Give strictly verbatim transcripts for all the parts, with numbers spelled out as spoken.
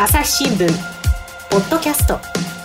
朝日新聞ポッドキャスト、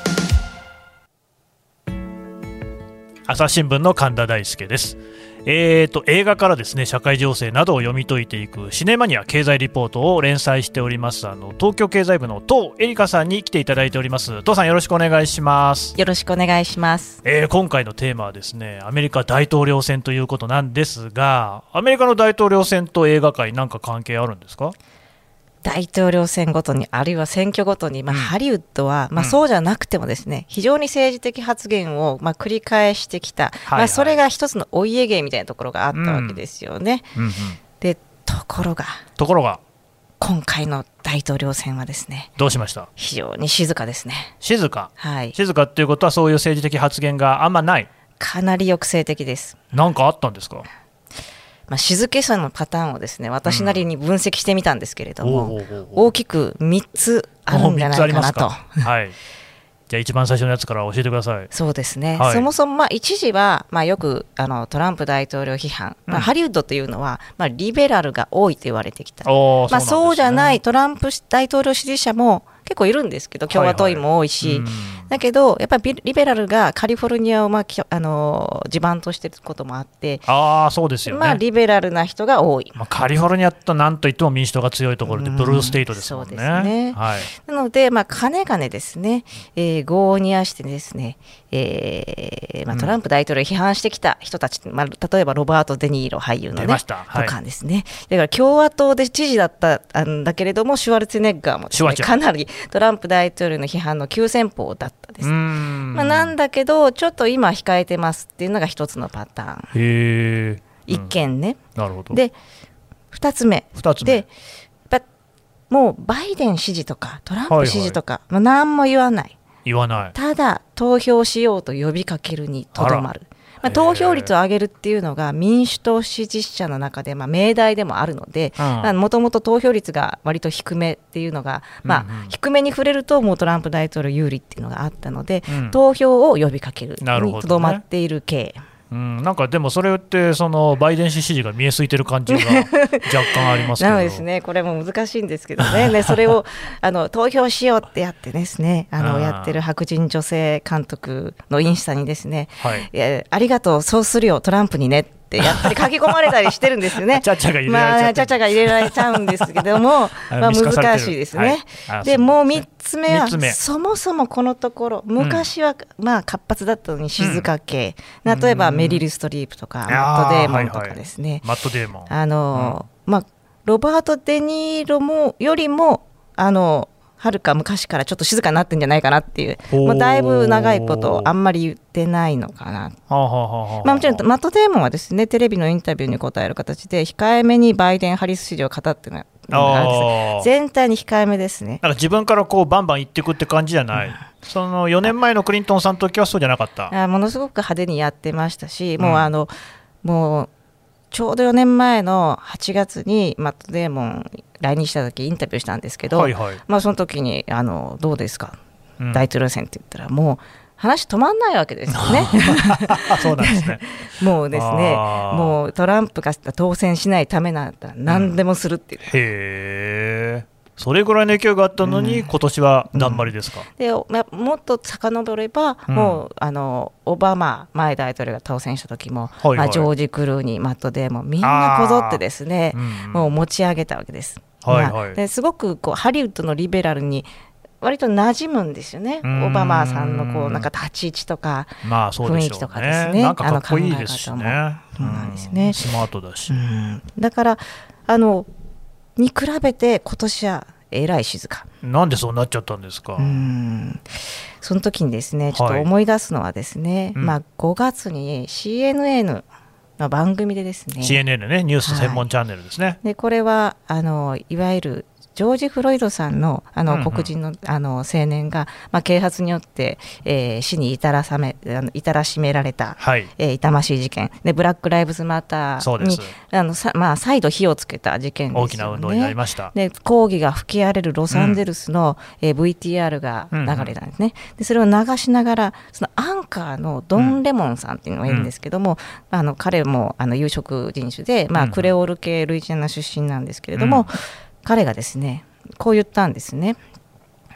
朝日新聞の神田大輔です。えーと映画からですね、社会情勢などを読み解いていくシネマニア経済リポートを連載しておりますあの東京経済部の東恵梨香さんに来ていただいております。東さん、よろしくお願いします。 よろしくお願いします。 えー、今回のテーマはですね、アメリカ大統領選ということなんですが、アメリカの大統領選と映画界何か関係あるんですか？ 大統領選ごとに、あるいは選挙ごとに、まあ、ハリウッドは、まあ、そうじゃなくてもですね、非常に政治的発言を、まあ、繰り返してきた、 はいはい、 まあ、それが一つのお家芸みたいなところがあったわけですよね、 うんうんうん、 でところがところが今回の大統領選はですね、 どうしました？ 非常に静かですね。 静か、 はい、 静かっていうことは、そういう政治的発言があんまない？ かなり抑制的です。 なんかあったんですか？ まあ、静けさのパターンをですね、私なりに分析してみたんですけれども、 うん、おうおうおう大きくみっつあるんじゃないかなと。 はい、じゃあ一番最初のやつから教えてください。 そうですね、 はい、 そもそもまあ一時はまあよくあのトランプ大統領批判、まあ、ハリウッドというのはまあリベラルが多いと言われてきた、まあ、そうじゃないトランプ大統領支持者も結構いるんですけど、共和党員も多いし、はいはい、だけどやっぱりリベラルがカリフォルニアを、まあ、あの地盤としていることもあって、 あー、そうですよね、 まあ、リベラルな人が多い、 まあ、カリフォルニアとなんといっても民主党が強いところでブルーステイトですもんね。 そうですね、 はい、 なので、まあ、かねがねですね、えー、業を煮やしてですね、えーまあ、トランプ大統領を批判してきた人たち、うん、まあ、例えばロバート・デ・ニーロ俳優の、ね、 はい、とかですね、だから共和党で知事だったんだけれども、シュワルツェネッガーもですね、かなりトランプ大統領の批判の急先鋒だったです。まあ、なんだけどちょっと今控えてますっていうのが一つのパターン。 へー、 一見ね、 うん、なるほど。 で二つ目二つ目で、もうバイデン支持とかトランプ支持とか、はいはい、まあ、何も言わない言わない、ただ投票しようと呼びかけるにとどまる。まあ、投票率を上げるっていうのが民主党支持者の中でまあ命題でもあるので、もともと投票率が割と低めっていうのが、まあ、低めに触れるともうトランプ大統領有利っていうのがあったので、うん、投票を呼びかけるにとどまっている系、 うん、なんかでもそれってそのバイデン氏支持が見えすいてる感じが若干ありますけどなのですね、これも難しいんですけど ね, ねそれをあの投票しようってやってですね、あのやってる白人女性監督のインスタにですね、はい、いやありがとうそうするよトランプにねってやっぱり書き込まれたりしてるんですよね。 ちゃちゃが入れられちゃって、 まあ、ちゃちゃが入れられちゃうんですけどもまあ難しいですね、はい、でもうみっつめはそもそもこのところ昔はまあ活発だったのに静か系、うん、例えばメリル・ストリープとかマット・デーモンとかですね、 マット・デーモン、 あの、うん、まあ、ロバート・デ・ニーロもよりもあのはるか昔からちょっと静かになってんじゃないかなっていう、もうだいぶ長いことあんまり言ってないのかな。まあ、もちろんマット・デーモンはですね、テレビのインタビューに答える形で控えめにバイデン・ハリス支持を語ってるのがです、全体に控えめですね。 なんか自分からこうバンバン言っていくって感じじゃない、うん、そのよねんまえのクリントンさんの時はそうじゃなかった。 あものすごく派手にやってましたし、もうあの、うん、もうちょうどよねんまえのはちがつにマット・デーモン来日した時インタビューしたんですけど、はいはい、まあ、その時にあのどうですか、うん、大統領選って言ったらもう話止まんないわけですよねそうなんですねもうですね、もうトランプが当選しないためなんだ何でもするっていう、うん、 へー、それぐらいの勢いがあったのに、うん、今年はだんまりですか。 でもっと遡れば、うん、もうあのオバマ前大統領が当選した時も、はいはい、まあ、ジョージ・クルーニー、マット・デーモンみんなこぞってですね、うん、もう持ち上げたわけです、はいはい、まあ、ですごくこうハリウッドのリベラルに割と馴染むんですよね。オバマさんのこうなんか立ち位置とか、まあそうでしょうね、雰囲気とかですね、 なんかかっこいいですしね、 そうなんですね、 スマートだし、 うん、だからあのに比べて今年はえらい静か。 なんでそうなっちゃったんですか。 うん、その時にですね、ちょっと思い出すのはですね、はい、まあ、ごがつに シーエヌエヌ の番組でですね、 シーエヌエヌ ね、ニュース専門チャンネルですね、はい、 でこれはあのいわゆるジョージ・フロイドさん の, あの黒人 の, あの青年が、まあ、啓発によって、えー、死に至らさめあの至らしめられた、はい、えー、痛ましい事件で、ブラック・ライブズ・マターにあのさ、まあ、再度火をつけた事件ですよね。 大きな運動になりました。 で抗議が吹き荒れるロサンゼルスの、うん、えー、ブイティーアール が流れたんですね、うんうん、でそれを流しながらそのアンカーのドン・レモンさんっていうのがいるんですけども、うん、あの彼もあの有色人種で、まあ、クレオール系ルイジアナ出身なんですけれども、うん、彼がですねこう言ったんですね。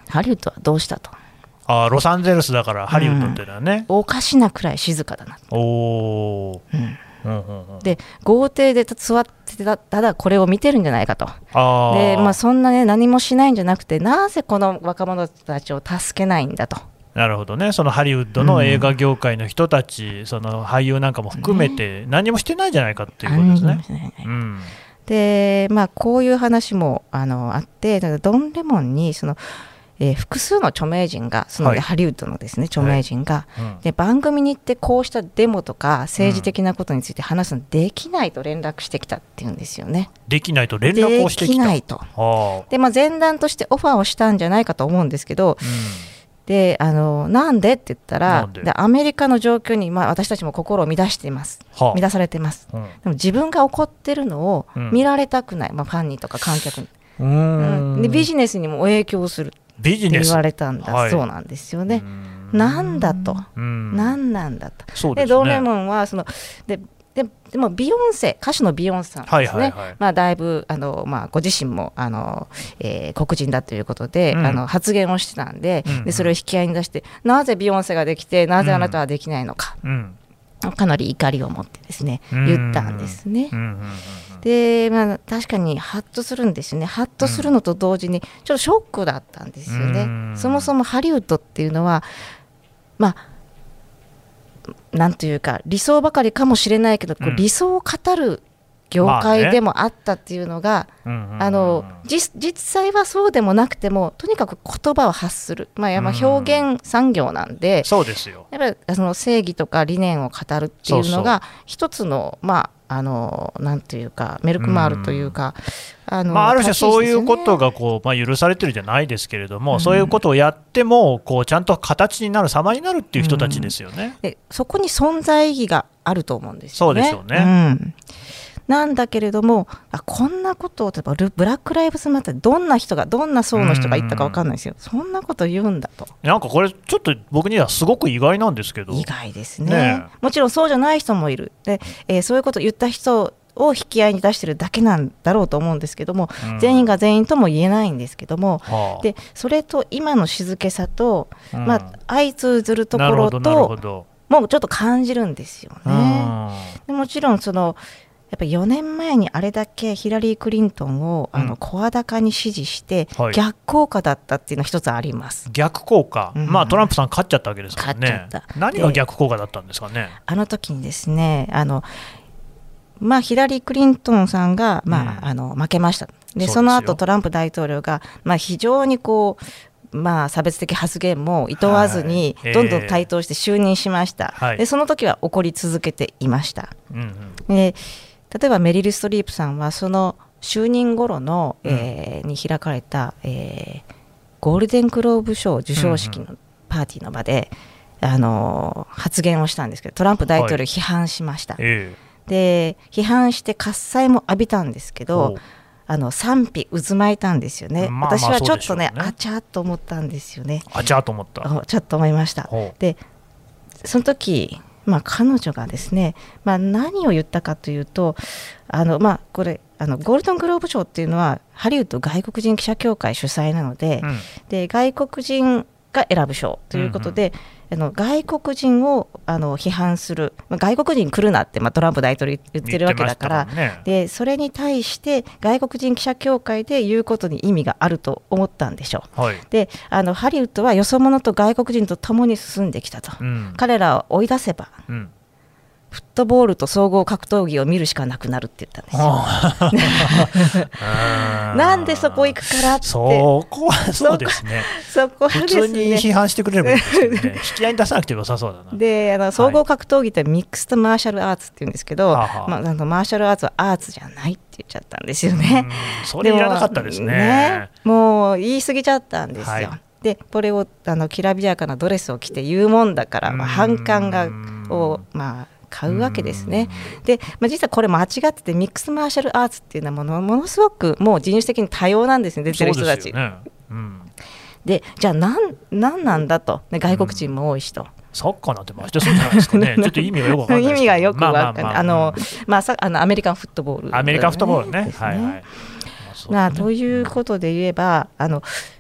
ハリウッドはどうしたと。 あロサンゼルスだからハリウッドっていうのはね、 うん、おかしなくらい静かだな。 おー、 うんうんうんうん、 で豪邸で座ってたただこれを見てるんじゃないかと。 あで、まあ、そんな、ね、何もしないんじゃなくて、なぜこの若者たちを助けないんだと。 なるほどね、そのハリウッドの映画業界の人たち、うん、その俳優なんかも含めて何もしてないんじゃないかっていうことですね。うん、 で、まあ、こういう話も あのあって、ドン・レモンにそのえー、複数の著名人がその、はい、ハリウッドのですね著名人が、はいうん、で番組に行ってこうしたデモとか政治的なことについて話すのできないと連絡してきたっていうんですよね。 できないと連絡をしてきた。 できないと。で、まあ、前段としてオファーをしたんじゃないかと思うんですけど、うん、であのなんでって言ったらでアメリカの状況に、まあ、私たちも心を乱しています、はあ、乱されています、うん、でも自分が怒ってるのを見られたくない、うんまあ、ファンにとか観客にうーんでビジネスにも影響するビジネスって言われたんだ、はい、そうなんですよね。なんだと、なんなんだと。そうですね、でドン・レモンはそのでででもビヨンセ歌手のビヨンセさんですね、はいはいはいまあ、だいぶあの、まあ、ご自身もあの、えー、黒人だということで、うん、あの発言をしてたんで、うんうん、でそれを引き合いに出してなぜビヨンセができてなぜあなたはできないのか、うんうん、かなり怒りを持ってですね言ったんですね。うんうんうんでまあ、確かにハッとするんですよね。ハッとするのと同時にちょっとショックだったんですよね、うん、そもそもハリウッドっていうのはまあなんというか理想ばかりかもしれないけど、うん、こう理想を語る業界でもあったっていうのが、まあね、あの 実, 実際はそうでもなくてもとにかく言葉を発する、まあ、まあ表現産業なんで、うん、 そうですよ。 やっぱりその正義とか理念を語るっていうのが一つのまああのなんていうかメルクマールというか、 うんあのまあ、ある種そういうことがこう、まあ、許されてるじゃないですけれども、うん、そういうことをやってもこうちゃんと形になる様になるっていう人たちですよね、 うん、でそこに存在意義があると思うんですよね。 そうでしょうね、 うんなんだけれどもあこんなことを例えばブラックライブズマターどんな人がどんな層の人が言ったか分かんないですよ。そんなこと言うんだと。 なんかこれちょっと僕にはすごく意外なんですけど。 意外です ね, ねもちろんそうじゃない人もいるで、えー、そういうことを言った人を引き合いに出してるだけなんだろうと思うんですけども、うん、全員が全員とも言えないんですけども、はあ、でそれと今の静けさと、うんまあ、相通ずるところともうちょっと感じるんですよね。でもちろんそのやっぱりよねんまえにあれだけヒラリー・クリントンをあの声高に支持して逆効果だったっていうのは一つあります、 はい、逆効果、うんまあ、トランプさん勝っちゃったわけですからね。勝っちゃった。何が逆効果だったんですかね。 あの時にですねあの、まあ、ヒラリー・クリントンさんが、まあうん、あの負けました。で そ, その後トランプ大統領が、まあ、非常にこうまあ、差別的発言も厭わずにどんどん台頭して就任しました、はいえー、でその時は怒り続けていました、うんうんで例えばメリル・ストリープさんはその就任頃の、うんえー、に開かれた、えー、ゴールデングローブ賞授賞式のパーティーの場で、うんうん、あの発言をしたんですけどトランプ大統領を批判しました、はいえー、で批判して喝采も浴びたんですけどあの賛否渦巻いたんですよね、まあ、私はちょっと ね, ねあちゃーと思ったんですよね。 あちゃーと思ったちょっと思いました。でその時まあ、彼女がですね、まあ、何を言ったかというとあの、まあ、これあのゴールデングローブ賞っていうのはハリウッド外国人記者協会主催なの で,、うん、で外国人が選ぶ賞ということで、うんうん、あの外国人をあの批判する、まあ、外国人来るなって、まあ、トランプ大統領言ってるわけだから、ね、でそれに対して外国人記者協会で言うことに意味があると思ったんでしょう、はい、であのハリウッドはよそ者と外国人と共に進んできたと、うん、彼らを追い出せば、うんフットボールと総合格闘技を見るしかなくなるって言ったんですよなんでそこ行くからって。 そこはそうですねそこはですね普通に批判してくれればいいですよね引き合いに出さなくてよさそうだな。 であの総合格闘技ってミックスとマーシャルアーツって言うんですけど、はあまあ、あのマーシャルアーツはアーツじゃないって言っちゃったんですよね。 それいらなかったです ね, ねもう言い過ぎちゃったんですよ、はいでこれをあのきらびやかなドレスを着て言うもんだから、まあ、反感がを、まあ、買うわけですね。で、まあ、実はこれ間違っててミックスマーシャルアーツっていうのはもの、ものすごくもう人種的に多様なんですね出てる人たち。 で,、ねうん、でじゃあ何なんだと、ね、外国人も多いしと、うんサッカーなんてましてそうじゃないですかねちょっと意味がよくわかんないですけど意味がよくわかんないアメリカンフットボール、 ね、アメリカンフットボールねはいはい、まあまあ、ということで言えばあの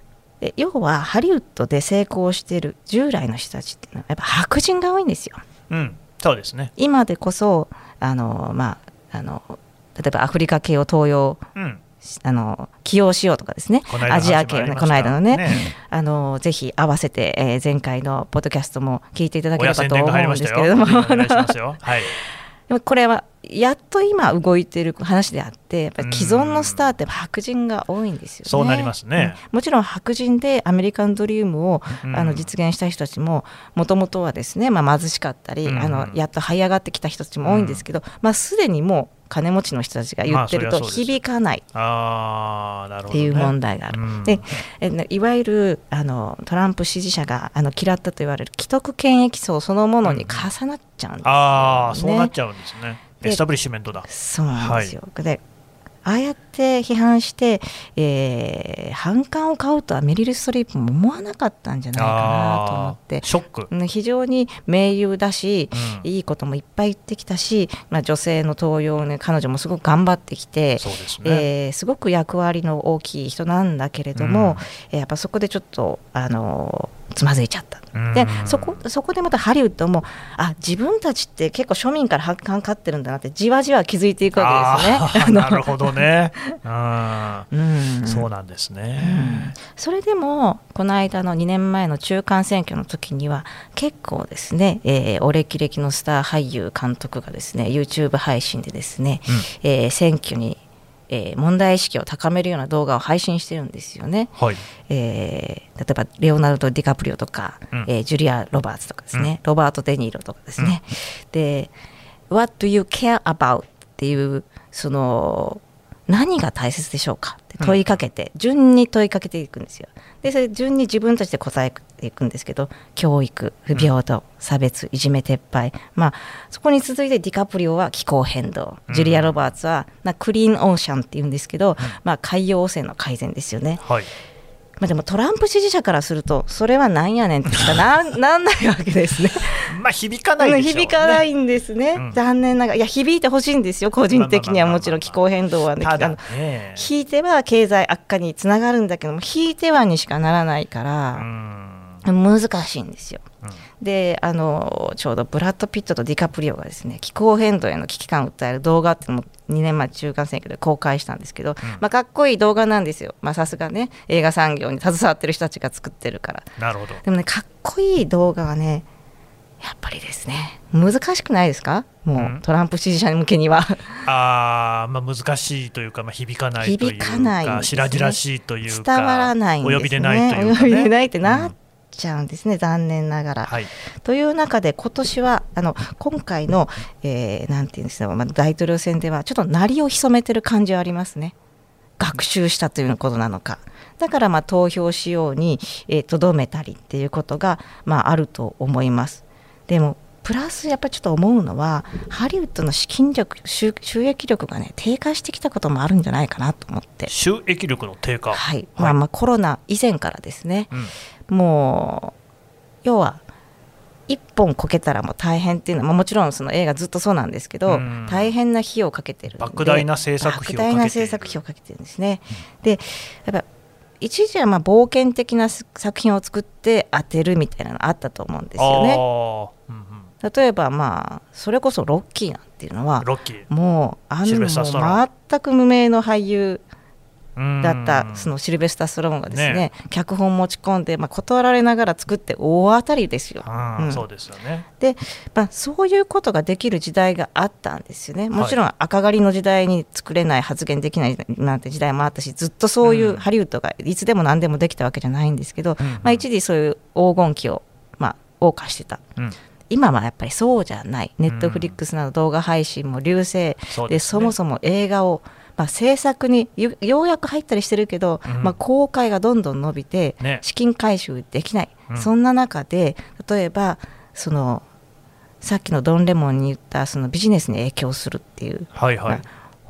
で要はハリウッドで成功している従来の人たちっていうのはやっぱ白人が多いんですよ。 うん、そうですね。 今でこそあの、まあ、あの例えばアフリカ系を登用、うん、あの起用しようとかですね、アジア系をね、この間の ね, ねあのぜひ合わせて、えー、前回のポッドキャストも聞いていただければと思うんですけれども、お願いしますよ。はい、でもこれはやっと今動いている話であって、やっぱり既存のスターって白人が多いんですよね。 そうなりますね、 うん、もちろん白人でアメリカンドリームを、うん、あの実現した人たちももともとはですね、まあ、貧しかったり、うん、あのやっと這い上がってきた人たちも多いんですけど、うん、まあ、すでにもう金持ちの人たちが言ってると響かないっていう問題がある。でいわゆるあのトランプ支持者があの嫌ったと言われる既得権益層そのものに重なっちゃうんですよね。 ああ、そうなっちゃうんですね。エスタブリッシュメントだ。 そうなんですよ、はい、でああやって批判して、えー、反感を買うとはメリル・ストリープも思わなかったんじゃないかなと思って、 ショック。 非常に盟友だし、うん、いいこともいっぱい言ってきたし、まあ、女性の登用を、ね、彼女もすごく頑張ってきて、 そうですね、 えー、すごく役割の大きい人なんだけれども、うん、やっぱそこでちょっとあのつまずいちゃった。で そ, こそこでまたハリウッドもあ自分たちって結構庶民から反感買ってるんだなってじわじわ気づいていくわけですよね。 なるほどね。あ、うん、そうなんですね、うん、 それでもこの間のにねんまえの中間選挙の時には結構ですね、えー、お歴々のスター俳優監督がですね YouTube 配信でですね、うん、えー、選挙にえー、問題意識を高めるような動画を配信してるんですよね、はい、えー、例えばレオナルド・ディカプリオとか、うん、えー、ジュリア・ロバーツとかですね、うん、ロバート・デ・ニーロとかですね、うん、で What do you care about っていうその何が大切でしょうかって問いかけて、うん、順に問いかけていくんですよ。でそれ順に自分たちで答えていくんですけど、教育、不平等、うん、差別、いじめ撤廃、まあ、そこに続いてディカプリオは気候変動、ジュリア・ロバーツはなクリーンオーシャンっていうんですけど、うん、まあ、海洋汚染の改善ですよね、はい。まあ、でもトランプ支持者からするとそれはなんやねんってしか な, なんないわけですね。 まあ響かないでしょうね。 響かないんですね、うん、残念ながら。いや響いてほしいんですよ個人的には。もちろん気候変動はね、ただね、引いては経済悪化につながるんだけども引いてはにしかならないから、うん、難しいんですよ、うん、であのちょうどブラッド・ピットとディカプリオがですね気候変動への危機感を訴える動画っていうのもにねんまえ中間選挙で公開したんですけど、うん、まあ、かっこいい動画なんですよ。さすがね映画産業に携わってる人たちが作ってるから。 なるほど。 でもねかっこいい動画はねやっぱりですね難しくないですか。もう、うん、トランプ支持者向けにはあ、まあ、難しいというか、まあ、響かないというか響かないんですね、白々しいというか伝わらないんですね。 お呼びでないというか、ね、 お呼びでないってなっちゃうんですね、うん、残念ながら、はい、という中で今年はあの今回の、えー、なんていうんですか、まあ、大統領選ではちょっと鳴りを潜めてる感じはありますね。学習したということなのか、だからまあ投票しようにとど、えー、めたりっていうことが、まあ、あると思います。でもプラスやっぱりちょっと思うのはハリウッドの資金力 収, 収益力がね低下してきたこともあるんじゃないかなと思って。 収益力の低下、 はい、はい、まあ、まあコロナ以前からですね、うん、もう要はいっぽんこけたらもう大変っていうのは、まあ、もちろんその映画ずっとそうなんですけど、うん、大変な費用をかけてるんで莫大な制作費をかけている莫大な制作費をかけてるんですね、うん、でやっぱ一時はまあ冒険的な作品を作って当てるみたいなのあったと思うんですよね。あ、うんうん、例えばまあそれこそロッキーなんていうのはロッキーもうあのも全く無名の俳優だったそのシルベスター・ストローンがですね、ね、脚本持ち込んで、まあ、断られながら作って大当たりですよ、 うん、そうですよね。 で、まあ、そういうことができる時代があったんですよね。もちろん赤狩りの時代に作れない発言できないなんて時代もあったし、ずっとそういうハリウッドがいつでも何でもできたわけじゃないんですけど、うんうん、まあ、一時そういう黄金期を、まあ、謳歌してた、うん、今はやっぱりそうじゃない。ネットフリックスなど動画配信も隆盛、うん、で、ね、そもそも映画をまあ、制作にようやく入ったりしてるけど、うん、まあ、公開がどんどん伸びて、ね、資金回収できない、うん、そんな中で例えばそのさっきのドン・レモンに言ったそのビジネスに影響するっていう、はいはい、まあ、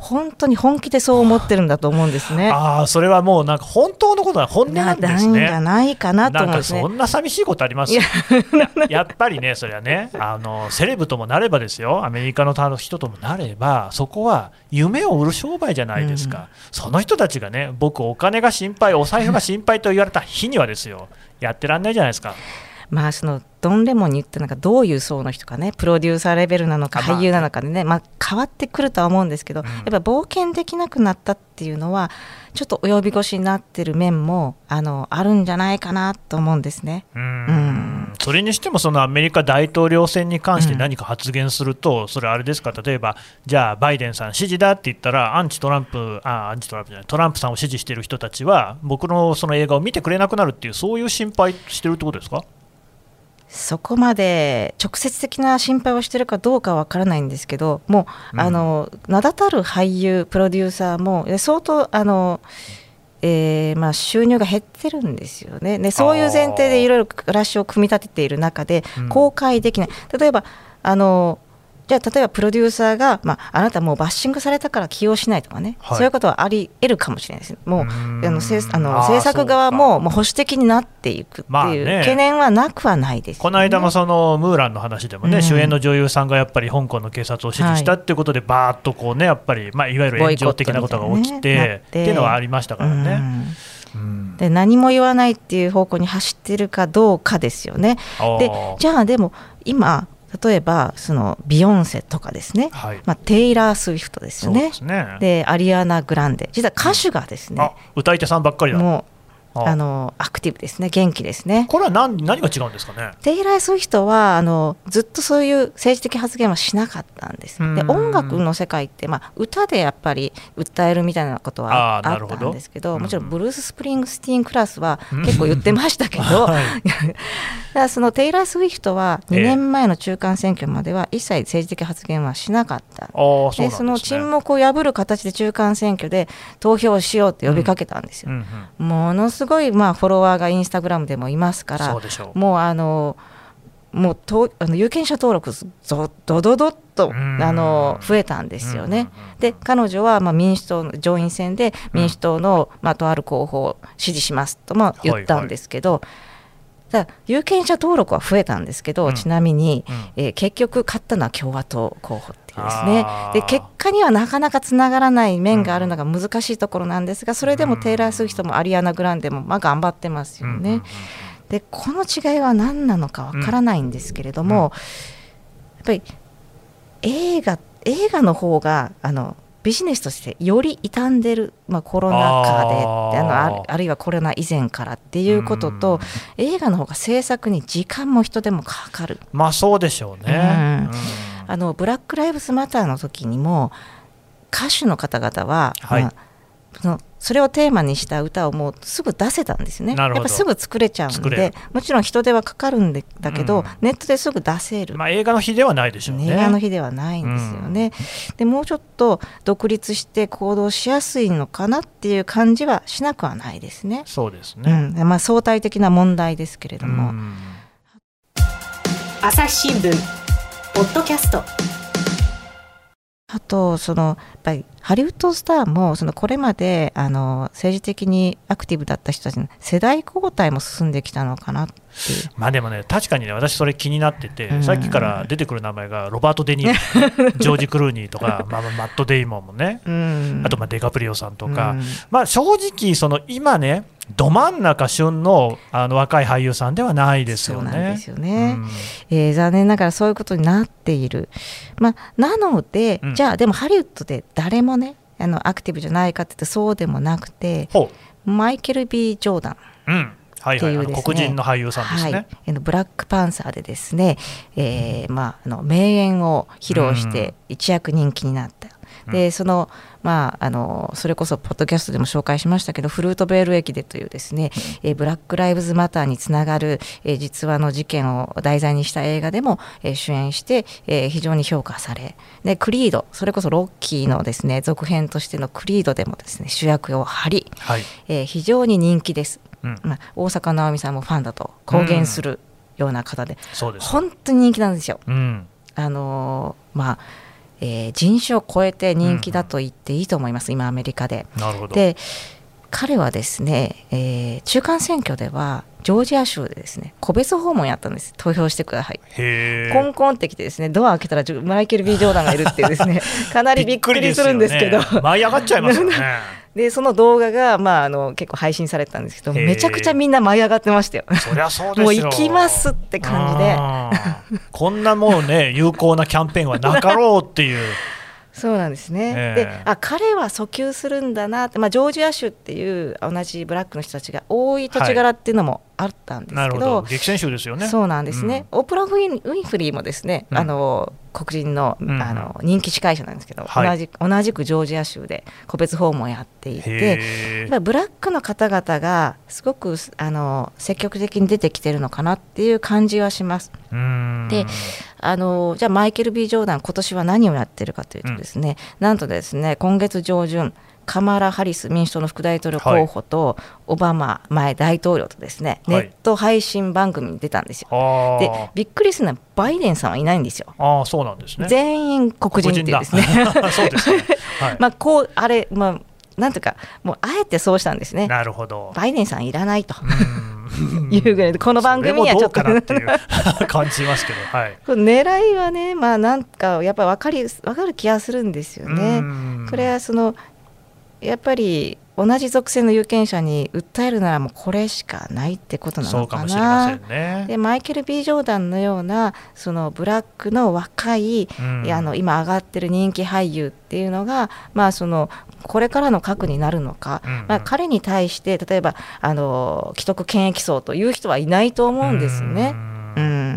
本当に本気でそう思ってるんだと思うんですね。 ああ、それはもうなんか本当のことは本音なんですね。 なんじゃないかなと思うんですね。 なんかそんな寂しいことあります？ や, やっぱりね、それはね、あのセレブともなればですよ、アメリカの人ともなれば、そこは夢を売る商売じゃないですか、うん、その人たちがね、僕お金が心配、お財布が心配と言われた日にはですよ、やってらんないじゃないですか。 まあ、そのドン・レモンに言ってなんかどういう層の人かね、プロデューサーレベルなのか俳優なのかでね、まあ、変わってくるとは思うんですけど、うん、やっぱ冒険できなくなったっていうのはちょっと及び腰になってる面も あのあるんじゃないかなと思うんですね。 うん、うん、それにしてもそのアメリカ大統領選に関して何か発言すると、うん、それあれですか、例えばじゃあバイデンさん支持だって言ったらアンチトランプあアンチトランプじゃないトランプさんを支持している人たちは僕のその映画を見てくれなくなるっていう、そういう心配してるってことですか？ そこまで直接的な心配をしているかどうかは分からないんですけど、もう、うん、あの名だたる俳優プロデューサーも相当あの、えーまあ、収入が減ってるんですよね。でそういう前提でいろいろ暮らしを組み立てている中で公開できない、うん、例えばあのじゃあ例えばプロデューサーが、まあ、あなたもうバッシングされたから起用しないとかね、はい、そういうことはあり得るかもしれないです。もうあのせあの制作側ももう保守的になっていくっていう懸念はなくはないです、ね。 この間もそのムーランの話でもね、うん、主演の女優さんがやっぱり香港の警察を支持したっていうことで、はい、バーッとこうね、やっぱり、まあ、いわゆる炎上的なことが起きて、ね、っていうのはありましたからね。うんうん、で何も言わないっていう方向に走ってるかどうかですよね。でじゃあでも今例えばそのビヨンセとかですね、はい、まあ、テイラー・スウィフトですよね。そうですね。でアリアナ・グランデ、実は歌手がですね、うん、あ歌い手さんばっかりだ。もうあのアクティブですね、元気ですね。 これは 何, 何が違うんですかね。 テイラー・スウィフトはあのずっとそういう政治的発言はしなかったんです。で音楽の世界って、まあ、歌でやっぱり訴えるみたいなことは あ, あったんですけど、もちろんブルース・スプリングスティーンクラスは結構言ってましたけど、はい、だからそのテイラー・スウィフトはにねんまえの中間選挙までは一切政治的発言はしなかった。えー、で、ね、その沈黙を破る形で中間選挙で投票しようって呼びかけたんですよ。うんうんうん、ものすごい、まあ、フォロワーがインスタグラムでもいますから、そうでしょう。もうあのもうとあの有権者登録ぞドドドッとあの増えたんですよね。で彼女はまあ民主党の上院選で民主党のまあとある候補を支持しますとも言ったんですけど、はいはい、だ有権者登録は増えたんですけど、うん、ちなみに、うんえー、結局勝ったのは共和党候補っていうですね。で結果にはなかなかつながらない面があるのが難しいところなんですが、それでもテイラー・スウィフトもアリアナ・グランデもまあ頑張ってますよね。うんうんうん、でこの違いは何なのかわからないんですけれども、うんうん、やっぱり映画、映画の方があのビジネスとしてより傷んでる、まあ、コロナ禍であの あ, るあるいはコロナ以前からっていうことと、映画の方が制作に時間も人手もかかる。 まあそうでしょうね。うん、 あのブラック・ライブズ・マターの時にも歌手の方々は、はいまあ、そのそれをテーマにした歌をもうすぐ出せたんですね。やっぱすぐ作れちゃうんで、もちろん人手はかかるんだけど、うん、ネットですぐ出せる、 まあ、映画の日ではないでしょうね。 映画の日ではないんですよね。うん、でもうちょっと独立して行動しやすいのかなっていう感じはしなくはないですね。 そうですね、 うんまあ、相対的な問題ですけれども、うん、 朝日新聞ポッドキャスト。 あとそのやっぱりハリウッドスターもそのこれまであの政治的にアクティブだった人たちの世代交代も進んできたのかなっていう。 まあでもね、確かにね、私それ気になってて、うん、さっきから出てくる名前がロバート・デ・ニーロとか、ね、ジョージ・クルーニーとか、まあ、マット・デイモンもね、うん、あとまあデカプリオさんとか、うんまあ、正直その今ねど真ん中旬 の, あの若い俳優さんではないですよね。 そうなんですよね、うんえー、残念ながらそういうことになっている、まあ、なので、うん、じゃあでもハリウッドで誰もねあのアクティブじゃないかって言ってそうでもなくて、マイケル・ B ・ジョーダン、うんはいはい、あの黒人の俳優さんですね、はい、ブラックパンサーでですね、えーまあ、あの名演を披露して一躍人気になった、うん、でそのまあ、あのそれこそポッドキャストでも紹介しましたけど、フルートベール駅でというですね、えー、ブラック・ライブズ・マターにつながる、えー、実話の事件を題材にした映画でも、えー、主演して、えー、非常に評価され、でクリード、それこそロッキーのですね続編としてのクリードでもですね主役を張り、はいえー、非常に人気です、うんまあ、大坂なおみさんもファンだと公言するような方で、うん、そうです本当に人気なんですよ、うん、あのー、まあえー人種を超えて人気だと言っていいと思います、うん、今アメリカで。 なるほど。 で彼はですね、えー中間選挙ではジョージア州でですね個別訪問やったんです。投票してください。 へコンコンってきてですねドア開けたらマイケル・ビー・ジョーダンがいるっていうですねかなりびっくりするんですけど、 ね、舞い上がっちゃいますよねでその動画が、まあ、あの結構配信されてたんですけど、めちゃくちゃみんな舞い上がってましたよ。 そりゃそうですよ。 もう行きますって感じでこんなもうね有効なキャンペーンはなかろうっていうそうなんですね、 えー、 であ彼は訴求するんだなって、まあ、ジョージア州っていう同じブラックの人たちが多い土地柄っていうのもあったんですけど、はい、 なるほど激戦州ですよね。 そうなんですね、うん、オプラ・ウィンフリーもですね、うん、あの黒人 の, あの人気司会者なんですけど、はい、同じ同じくジョージア州で個別訪問をやっていて、ブラックの方々がすごくあの積極的に出てきてるのかなっていう感じはします。 うーんであのじゃあマイケル・ビー・ジョーダン今年は何をやってるかというとですね、うん、なんとですね今月上旬カマラ・ハリス民主党の副大統領候補とオバマ前大統領とですね、はい、ネット配信番組に出たんですよ。でびっくりするのはバイデンさんはいないんですよ。 あそうなんですね。 全員黒人っていうですねそうですね、はい、 まあこうあれ、まあ、なんとかもうあえてそうしたんですね。 なるほど。 バイデンさんいらないというぐらいでこの番組にはちょっとそれもどうかなっていう感じますけど、はい、 これ狙いはね、まあ、なんかやっぱり分かり分かる気がするんですよね。これはそのやっぱり同じ属性の有権者に訴えるならもうこれしかないってことなのかな。そうかもしれませんね。でマイケル・ビー・ジョーダンのようなそのブラックの若い、うん、あの今上がってる人気俳優っていうのが、まあ、そのこれからの核になるのか、うんうんまあ、彼に対して例えばあの既得権益層という人はいないと思うんですよね。うん、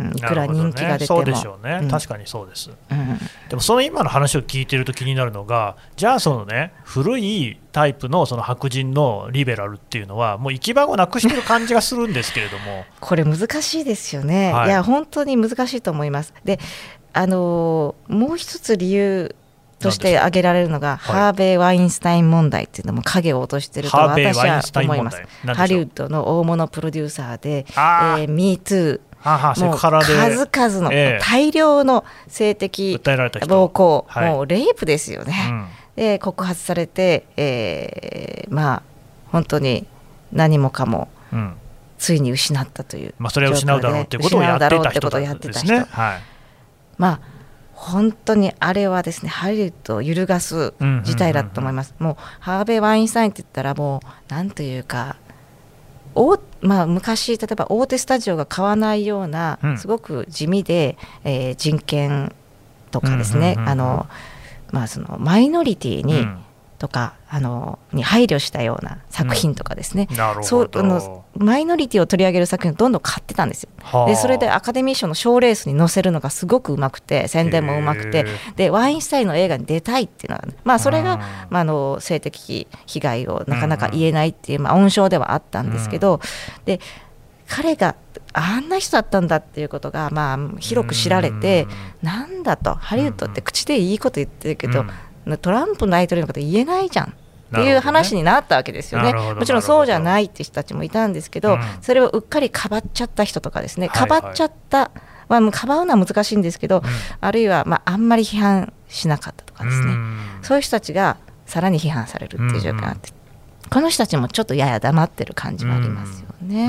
いくら人気が出ても、 ね、そうでしょうね、うん、確かにそうです、 うん、 でもその今の話を聞いていると気になるのが、じゃあそのね古いタイプ の, その白人のリベラルっていうのはもう行き場をなくしてる感じがするんですけれどもこれ難しいですよね、はい、いや本当に難しいと思います。であのもう一つ理由として挙げられるのがハーベイ・ワインスタイン問題っていうのも影を落としていると私は思います。ハリウッドの大物プロデューサーで、えー、ミートゥーははもう数々の大量の性的暴行、ええ、もうレイプですよね、うん、で告発されて、えー、まあ本当に何もかもついに失ったという、 うんまあ、それを失うだろうってことをやってた人ですね。はい、 まあ本当にあれはですねハリウッドを揺るがす事態だと思います、うんうんうんうん、もうハーベイ・ワインスタインって言ったらもうなんというかおまあ、昔例えば大手スタジオが買わないような、うん、すごく地味で、えー、人権とかですね、うんうんうんうん、あのまあ、そのマイノリティに、うん、とかあのに配慮したような作品とかですね、 うん、なるほど。 そうあのマイノリティを取り上げる作品をどんどん買ってたんですよ。でそれでアカデミー賞の賞レースに載せるのがすごくうまくて宣伝もうまくて、でワインスタインの映画に出たいっていうのは、まあ、それが、まあ、あの性的被害をなかなか言えないっていう、まあ、温床ではあったんですけど、で彼があんな人だったんだっていうことが、まあ、広く知られて、なんだとハリウッドって口でいいこと言ってるけど、トランプ大統領のこと言えないじゃんっていう話になったわけですよね。もちろんそうじゃないって人たちもいたんですけど、うん、それをうっかりかばっちゃった人とかですね、かばっちゃった、はいはい、まあ、かばうのは難しいんですけど、うん、あるいは、まあ、あんまり批判しなかったとかですね、うん、そういう人たちがさらに批判されるっていう状況があって、うん、この人たちもちょっとやや黙ってる感じもありますよね、うん、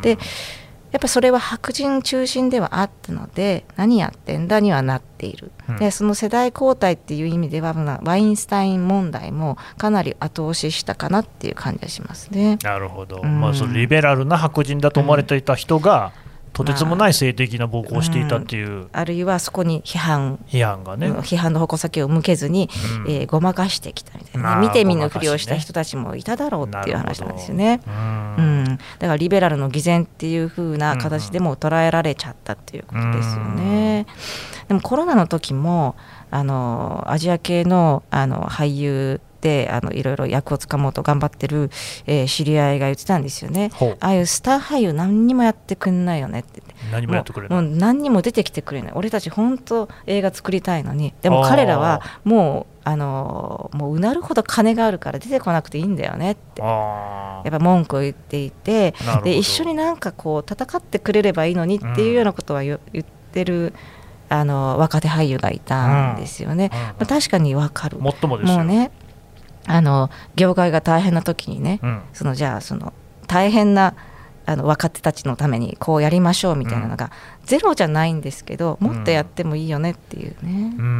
でやっぱそれは白人中心ではあったので何やってんだにはなっている、うん、でその世代交代っていう意味ではワインスタイン問題もかなり後押ししたかなっていう感じがしますね。 なるほど、うん、まあ、そのリベラルな白人だと思われていた人が、うんとてつもない性的な暴行をしていたっていう、まあうん、 あるいはそこに批判批判がね、 批判の矛先を向けずに、うん、えー、ごまかしてきたみたいな、ね、見て見ぬふりをした人たちもいただろうっていう話なんですよね。うん、うん、だからリベラルの偽善っていう風な形でも捉えられちゃったっていうことですよね。うん、でもコロナの時もあのアジア系 の, あの俳優であのいろいろ役をつかもうと頑張ってる、えー、知り合いが言ってたんですよね。ああいうスター俳優何にもやってくれないよねって言って、 何もやってくれない、 もう何にも出てきてくれない、俺たち本当映画作りたいのに、でも彼らはもうあのもううなるほど金があるから出てこなくていいんだよねってやっぱ文句を言っていて、で一緒になんかこう戦ってくれればいいのにっていうようなことは言ってるあの若手俳優がいたんですよね、うんうんまあ、確かに分かる。 もっともですよ。 もうねあの業界が大変な時にね、うん、そのじゃあその大変なあの若手たちのためにこうやりましょうみたいなのが、うん、ゼロじゃないんですけどもっとやってもいいよねっていうね、 うんうん、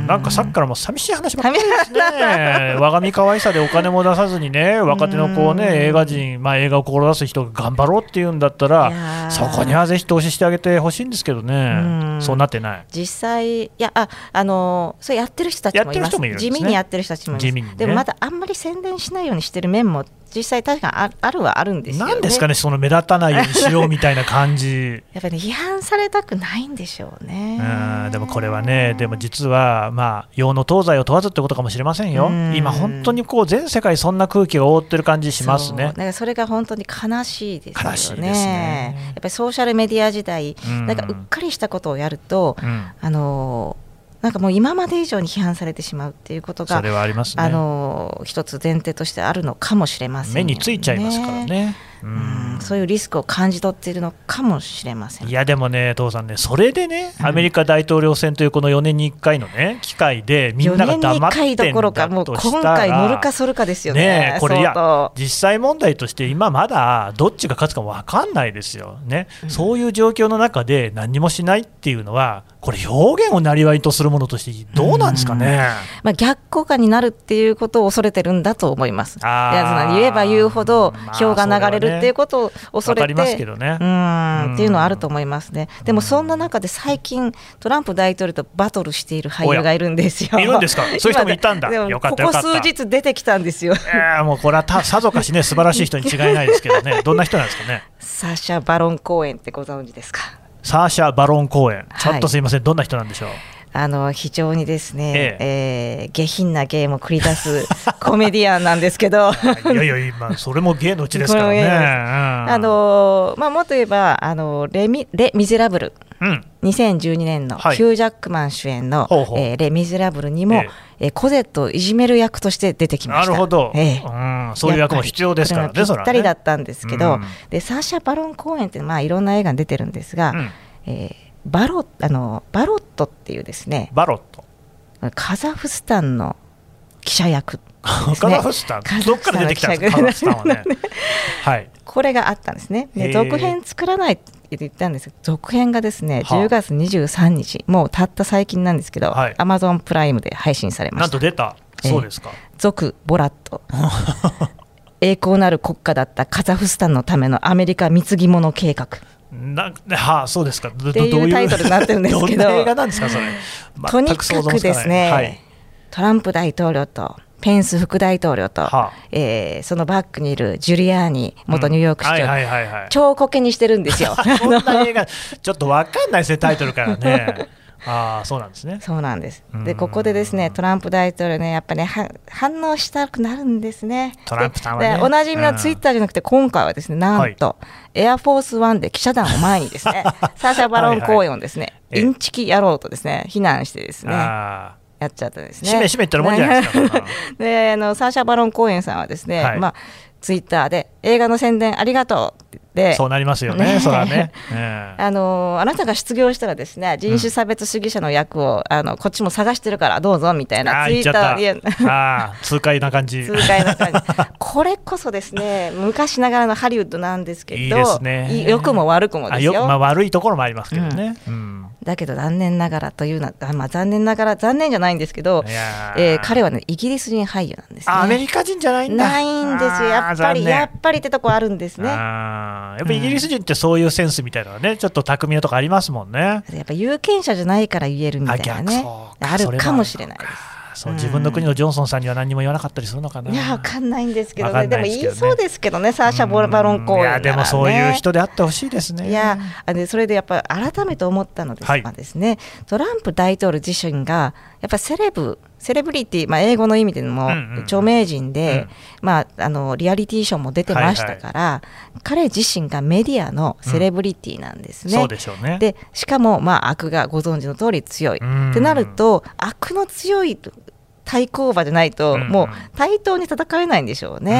なんかさっきからもう寂しい話ばっかりですね我が身可愛さでお金も出さずにね若手のこう、ね、映画人、まあ、映画を志す人が頑張ろうっていうんだったらそこにはぜひ投資してあげてほしいんですけどね、うん、そうなってない。 実際いやああのそうやってる人たちもいます。 もいるんですね、 地味にやってる人たちもいます。 ね、 でもまだあんまり宣伝しないようにしてる面も実際確かに あ, あるはあるんですよね。 なんですかねその目立たないようにしようみたいな感じやっぱり、ね、批判されたくないんでしょうね。 うんでもこれはねでも実はまあ洋の東西を問わずってことかもしれませんよ。今本当にこう全世界そんな空気が覆ってる感じしますね。 そうだからそれが本当に悲しいですよね。 悲しいですね。 やっぱりソーシャルメディア時代なんかうっかりしたことをやると、うん、あのなんかもう今まで以上に批判されてしまうっていうことがそれはありますね。 あの一つ前提としてあるのかもしれませんよね。 目についちゃいますからね。 うんうんそういうリスクを感じ取っているのかもしれません。 いやでもね父さんねそれでねアメリカ大統領選というこのよねんにいっかいのね機会でみんなが黙ってんだとしたらよねんにいっかいどころかもう今回乗るかそるかですよ ね, ねこれいや実際問題として今まだどっちが勝つか分かんないですよ、ねうん、そういう状況の中で何もしないっていうのはこれ表現を生りとするものとしてどうなんですかね。 まあ、逆効果になるっていうことを恐れてるんだと思います。いや言えば言うほど票が流れるっていうことを恐れて、 まあねね、 うんっていうのはあると思いますね。でもそんな中で最近トランプ大統領とバトルしている俳優がいるんですよ。 いるんですか。そういう人もいたんだ。よかったよかった。 ここ数日出てきたんですよ。 えー、もうこれはたさぞかしね素晴らしい人に違いないですけどねどんな人なんですかね。 サーシャ・バロン公演ってご存知ですか。 サーシャ・バロン公演ちょっとすいません、はい、どんな人なんでしょう。 あの非常にですね、えええー、下品な芸も繰り出すコメディアンなんですけどいやいや今それも芸のうちですからね、うん、 あのまあ、もっと言えばあのレミ、レ・ミゼラブル、うん、にせんじゅうにねんのヒュー・ジャックマン主演の、はいえー、レ・ミゼラブルにも、ええ、コゼットをいじめる役として出てきました。 なるほど、 ええうん、そういう役も必要ですからね。 ぴったりだったんですけど、うん、でサーシャ・バロン公演って、まあ、いろんな映画に出てるんですが、うんえーバロ、あのバロットっていうですねバロットカザフスタンの記者役です、 ね、カザフスタンどっから出てきたんですか。カザフスタンはね、はい、これがあったんですね。で続編作らないって言ったんですけど続編がですねじゅうがつにじゅうさんにちもうたった最近なんですけど、はい、アマゾンプライムで配信されました。 なんと出たそうですか、 えー、続ボラット栄光なる国家だったカザフスタンのためのアメリカ貢ぎ物計画なはあ、そうですか。 っていうタイトルになってるんですけどどんな映画なんですかそれ。 とにかくですね、はい、トランプ大統領とペンス副大統領と、はあえー、そのバックにいるジュリアーニ元ニューヨーク市長超コケにしてるんですよ。 こんな映画ちょっと分かんないですねタイトルからね。あそうなんですね。 そうなんです。でここでですねトランプ大統領ねやっぱね反応したくなるんですね。 トランプさんはねでおなじみのツイッターじゃなくて今回はですねなんと、はい、エアフォースワンで記者団を前にですねサーシャ・バロン公演をですねはい、はい、インチキ野郎とですね非難してですねやっちゃったですね。 しめしめってるもんじゃないですか。 であのサーシャ・バロン公演さんはですね、はいまあ、ツイッターで映画の宣伝ありがとうって言ってそうなりますよね。ねそらね、 あのあなたが失業したらですね人種差別主義者の役を、うん、あのこっちも探してるからどうぞみたいなツイッターあ痛快な感じ痛快な感じこれこそですね昔ながらのハリウッドなんですけどいいですね。 良くも悪くもですよ。 あよ、まあ、悪いところもありますけどね、うんうんだけど残念ながらというのは、まあ、残念ながら残念じゃないんですけど、えー、彼はねイギリス人俳優なんですね。 あアメリカ人じゃないんだ。 ないんですよやっぱりやっぱりってとこあるんですね。 あやっぱイギリス人ってそういうセンスみたいなのはね、うん、ちょっと巧みなとこありますもんね。 やっぱ有権者じゃないから言えるみたいなね あ, あるかもしれないです。 そう自分の国のジョンソンさんには何も言わなかったりするのかな。 いや分かんないんですけど ね, でも言いそうですけどねサーシャ・バロン公演なら、ね、 いやでもそういう人であってほしいですね。 いやそれでやっぱり改めて思ったのですがですね、はい、トランプ大統領自身がやっぱセレブセレブリティ、まあ、英語の意味でも著名人で、うんうんまあ、あのリアリティショーも出てましたから、はいはい、彼自身がメディアのセレブリティなんですね、 うん、そうでしょうね。 でしかも、まあ、悪がご存知の通り強いってなると悪の強い対抗馬じゃないと、 うんうん、 もう対等に戦えないんでしょうね、 うん、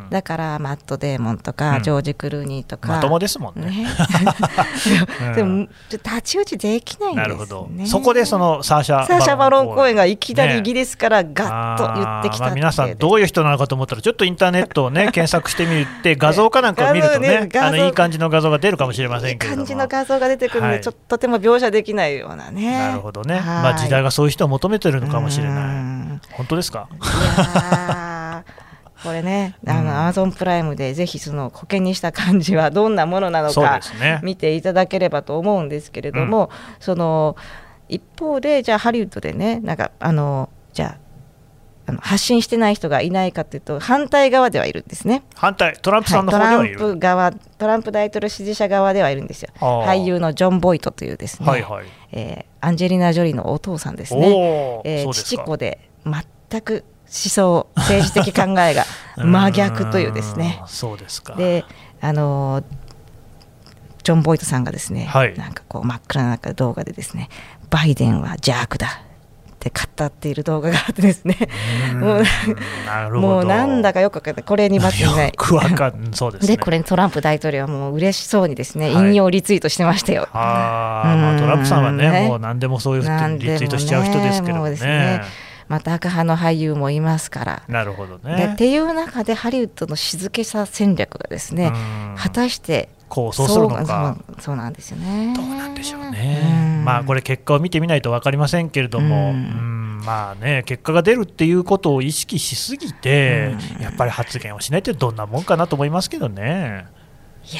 だからマット・デーモンとか、うん、ジョージ・クルーニーとかまともですもん ね, ねでも太刀打ちできないんですね。 なるほど。そこでそのサーシャ・サーシャバロン公演がいきなりイギリスからガッと言ってきたって、ね、 まあ、皆さんどういう人なのかと思ったらちょっとインターネットを、ね、検索してみて画像かなんかを見ると ね, ねあのいい感じの画像が出るかもしれませんけれども、 いい感じの画像が出てくるので、はい、ちょっととても描写できないようなね。 なるほどね、まあ、時代がそういう人を求めてるのかもしれない。本当ですか？ いやこれね、あの、アマゾンプライムでぜひその苔にした感じはどんなものなのか見ていただければと思うんですけれども、うん、その一方でじゃあハリウッドでね、なんかあのじゃああの発信してない人がいないかというと反対側ではいるんですね。 反対、トランプさんの方ではいる、 はい、トランプ側、トランプ大統領支持者側ではいるんですよ。俳優のジョン・ボイトというですね、はいはい、えー、アンジェリーナ・ジョリーのお父さんですね、えー、父子で全く思想、政治的考えが真逆というですねそうですか。 で、あのジョン・ボイトさんがですね、はい、なんかこう真っ暗な中動画でですね、バイデンは邪悪だって語っている動画があってですね、もうなるほど、もうなんだかよくわかんない、これに間違いない、よくわかんそうですね。でこれにトランプ大統領はもう嬉しそうにですね、はい、引用リツイートしてましたよ。 あ、まあ、トランプさんは ね, ねもう何でもそういうリツイートしちゃう人ですけど ね, ですね、また赤派の俳優もいますから。なるほどね。でっていう中でハリウッドの静けさ戦略がですね、果たしてこうそうするのか。そう、そうなんですよね。 どうなんでしょうね。まあこれ結果を見てみないと分かりませんけれども、うん、まあね、結果が出るっていうことを意識しすぎて、やっぱり発言をしないってどんなもんかなと思いますけどね。 いや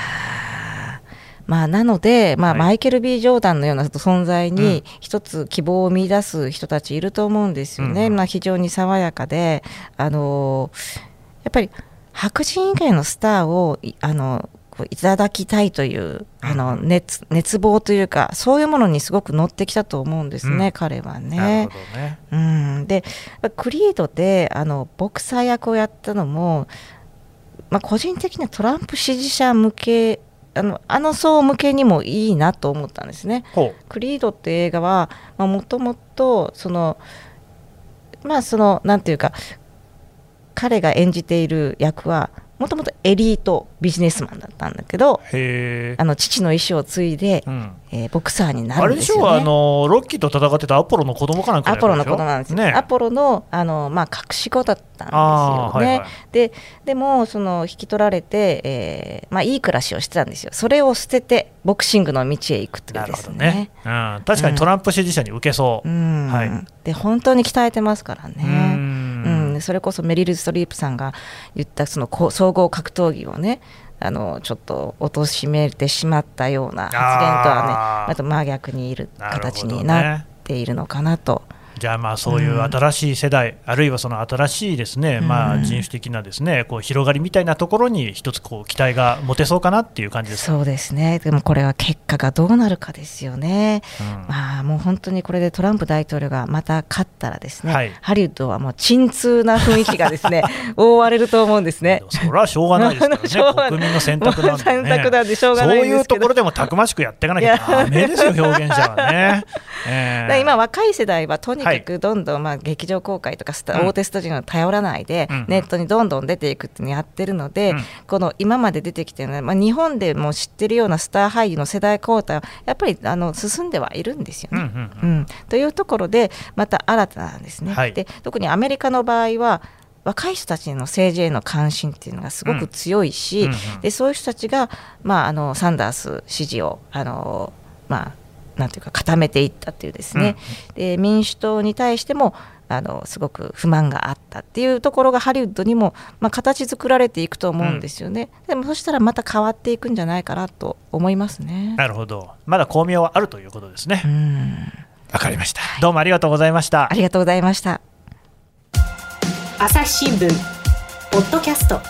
まあ、なので、まあ、マイケル・ B ・ジョーダンのような存在に一つ希望を見出す人たちいると思うんですよね、うん、まあ、非常に爽やかで、あのやっぱり白人以外のスターをあのいただきたいというあの 熱, 熱望というか、そういうものにすごく乗ってきたと思うんですね、うん、彼は ね, なるほどね、うん、でクリードであのボクサー役をやったのも、まあ、個人的にはトランプ支持者向けあの、あの層向けにもいいなと思ったんですね。クリードって映画はもともとそのまあそのなんていうか、彼が演じている役はもともとエリートビジネスマンだったんだけど、へあの父の意思を継いで、うんえー、ボクサーになるんですよね。 あれでしょ、あのロッキーと戦ってたアポロの子供かなんか、 アポロの子供なんですよ、ね、アポロの、あの、まあ、隠し子だったんですよね。はいはい、で, でもその引き取られて、えーまあ、いい暮らしをしてたんですよ。それを捨ててボクシングの道へ行くというですね。 なるほどね、うん、確かにトランプ支持者に受けそう、うんはい、で本当に鍛えてますからね。うんうん、それこそメリル・ストリープさんが言ったその総合格闘技をね、あのちょっと貶めてしまったような発言とはね、また真逆にいる形になっているのかなと。 じゃあまあそういう新しい世代、うん、あるいはその新しいですね、まあ、人種的なですね、こう広がりみたいなところに一つこう期待が持てそうかなっていう感じですか。 そうですね。でもこれは結果がどうなるかですよね、うんまあ、もう本当にこれでトランプ大統領がまた勝ったらですね、はい、ハリウッドはもう沈痛な雰囲気がですね覆われると思うんですね。 それはしょうがないですからね国民の選択なんで、ね、 選択なんでしょうがないんですけど、 そういうところでもたくましくやっていかなきゃダメですよ表現者はね、 えー、今若い世代はとにかくどんどん、まあ、劇場公開とかスタ、うん、大手スタジオに頼らないで、うん、ネットにどんどん出ていくっていうのをやってるので、うん、この今まで出てきてるのは、まあ、日本でも知ってるようなスター俳優の世代交代はやっぱりあの進んではいるんですよね、うんうんうんうん、というところでまた新たなんですね、はい、で特にアメリカの場合は若い人たちの政治への関心っていうのがすごく強いし、うんうんうん、でそういう人たちが、まあ、あのサンダース支持をあの、まあ、なんていうか固めていったっていうですね、うん、で民主党に対してもあのすごく不満があったっていうところがハリウッドにも、まあ、形作られていくと思うんですよね、うん、でもそしたらまた変わっていくんじゃないかなと思いますね。 なるほど、まだ巧妙はあるということですね。うん、わかりました。どうもありがとうございました。 ありがとうございました。 朝日新聞ポッドキャスト、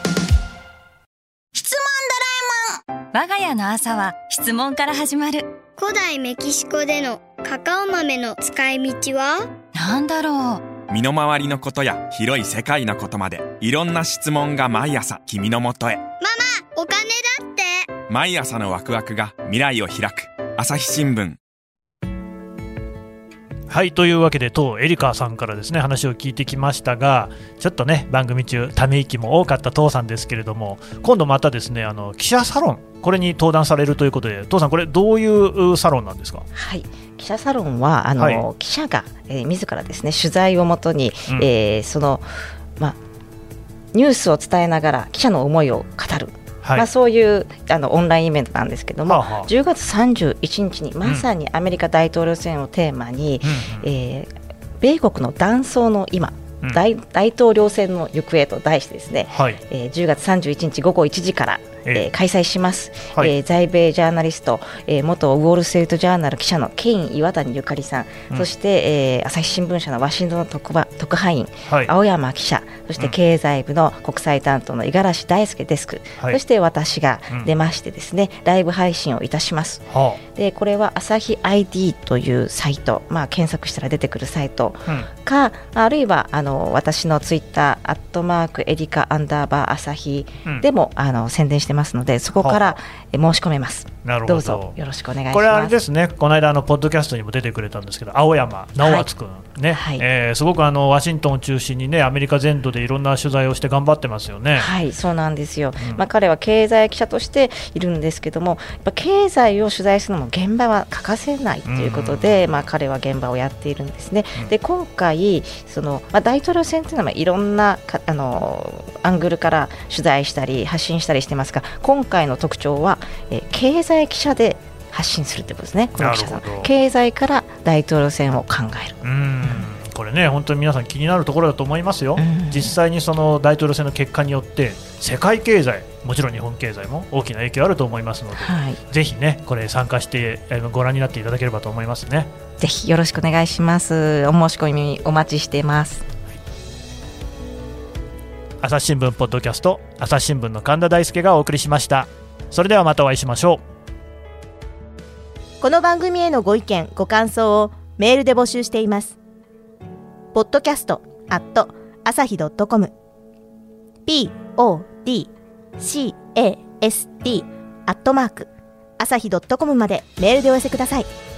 質問ドラえもん。我が家の朝は質問から始まる。 古代メキシコでのカカオ豆の使い道はなんだろう。身の回りのことや広い世界のことまでいろんな質問が毎朝君のもとへ。ママ、 お金だって。 毎朝のワクワクが未来を開く。朝日新聞。 はい、というわけで当エリカさんからですね話を聞いてきましたが、ちょっとね番組中ため息も多かった当さんですけれども、今度またですねあの記者サロン、これに登壇されるということで、当さんこれどういうサロンなんですか？ はい、記者サロンはあの、はい、記者が、えー、自らですね取材をもとに、うん、えー、その、まあ、ニュースを伝えながら記者の思いを語る、はい、まあ、そういうあのオンラインイベントなんですけども、はあはあ、じゅうがつさんじゅういちにちにまさにアメリカ大統領選をテーマに、うん、えー、米国の断層の今、うん、大, 大統領選の行方と題してですね、はい、えー、じゅうがつさんじゅういちにちごごいちじからえー、開催します、はい、えー、在米ジャーナリスト、えー、元ウォール・ストリート・ジャーナル記者のケイン岩谷ゆかりさん、うん、そして、えー、朝日新聞社のワシントンの 特, 特派員、はい、青山記者、そして経済部の国際担当の五十嵐大輔デスク、はい、そして私が出ましてですね、うん、ライブ配信をいたします、はあ、でこれは朝日 アイディー というサイト、まあ、検索したら出てくるサイトか、うん、あるいはあの私のツイッターアットマークエリカアンダーバー朝日でも、うん、あの宣伝してますので、そこから申し込めます。なるほど、どうぞよろしくお願いします。 これはあれですね、この間あのポッドキャストにも出てくれたんですけど、青山直敦君、ね、はい、えー、すごくあのワシントンを中心にねアメリカ全土でいろんな取材をして頑張ってますよね。 はい、そうなんですよ、うん、まあ、彼は経済記者としているんですけども、やっぱ経済を取材するのも現場は欠かせないということで、うん、まあ、彼は現場をやっているんですね、うん、で今回その、まあ、大統領選というのはいろんなかあのアングルから取材したり発信したりしてますが、今回の特徴は、えー、経済記者で発信するということですね。この記者さん、経済から大統領選を考える。 うーん、これね本当に皆さん気になるところだと思いますよ。実際にその大統領選の結果によって世界経済、もちろん日本経済も大きな影響あると思いますので、はい、ぜひねこれ参加してご覧になっていただければと思いますね。 ぜひよろしくお願いします。お申し込みお待ちしています。 朝日新聞ポッドキャスト、朝日新聞の神田大輔がお送りしました。それではまたお会いしましょう。 この番組へのご意見ご感想をメールで募集しています。ポッドキャストアット朝日ドットコム ピーオーディーシーエーエスティー アットマーク朝日ドットコムまでメールでお寄せください。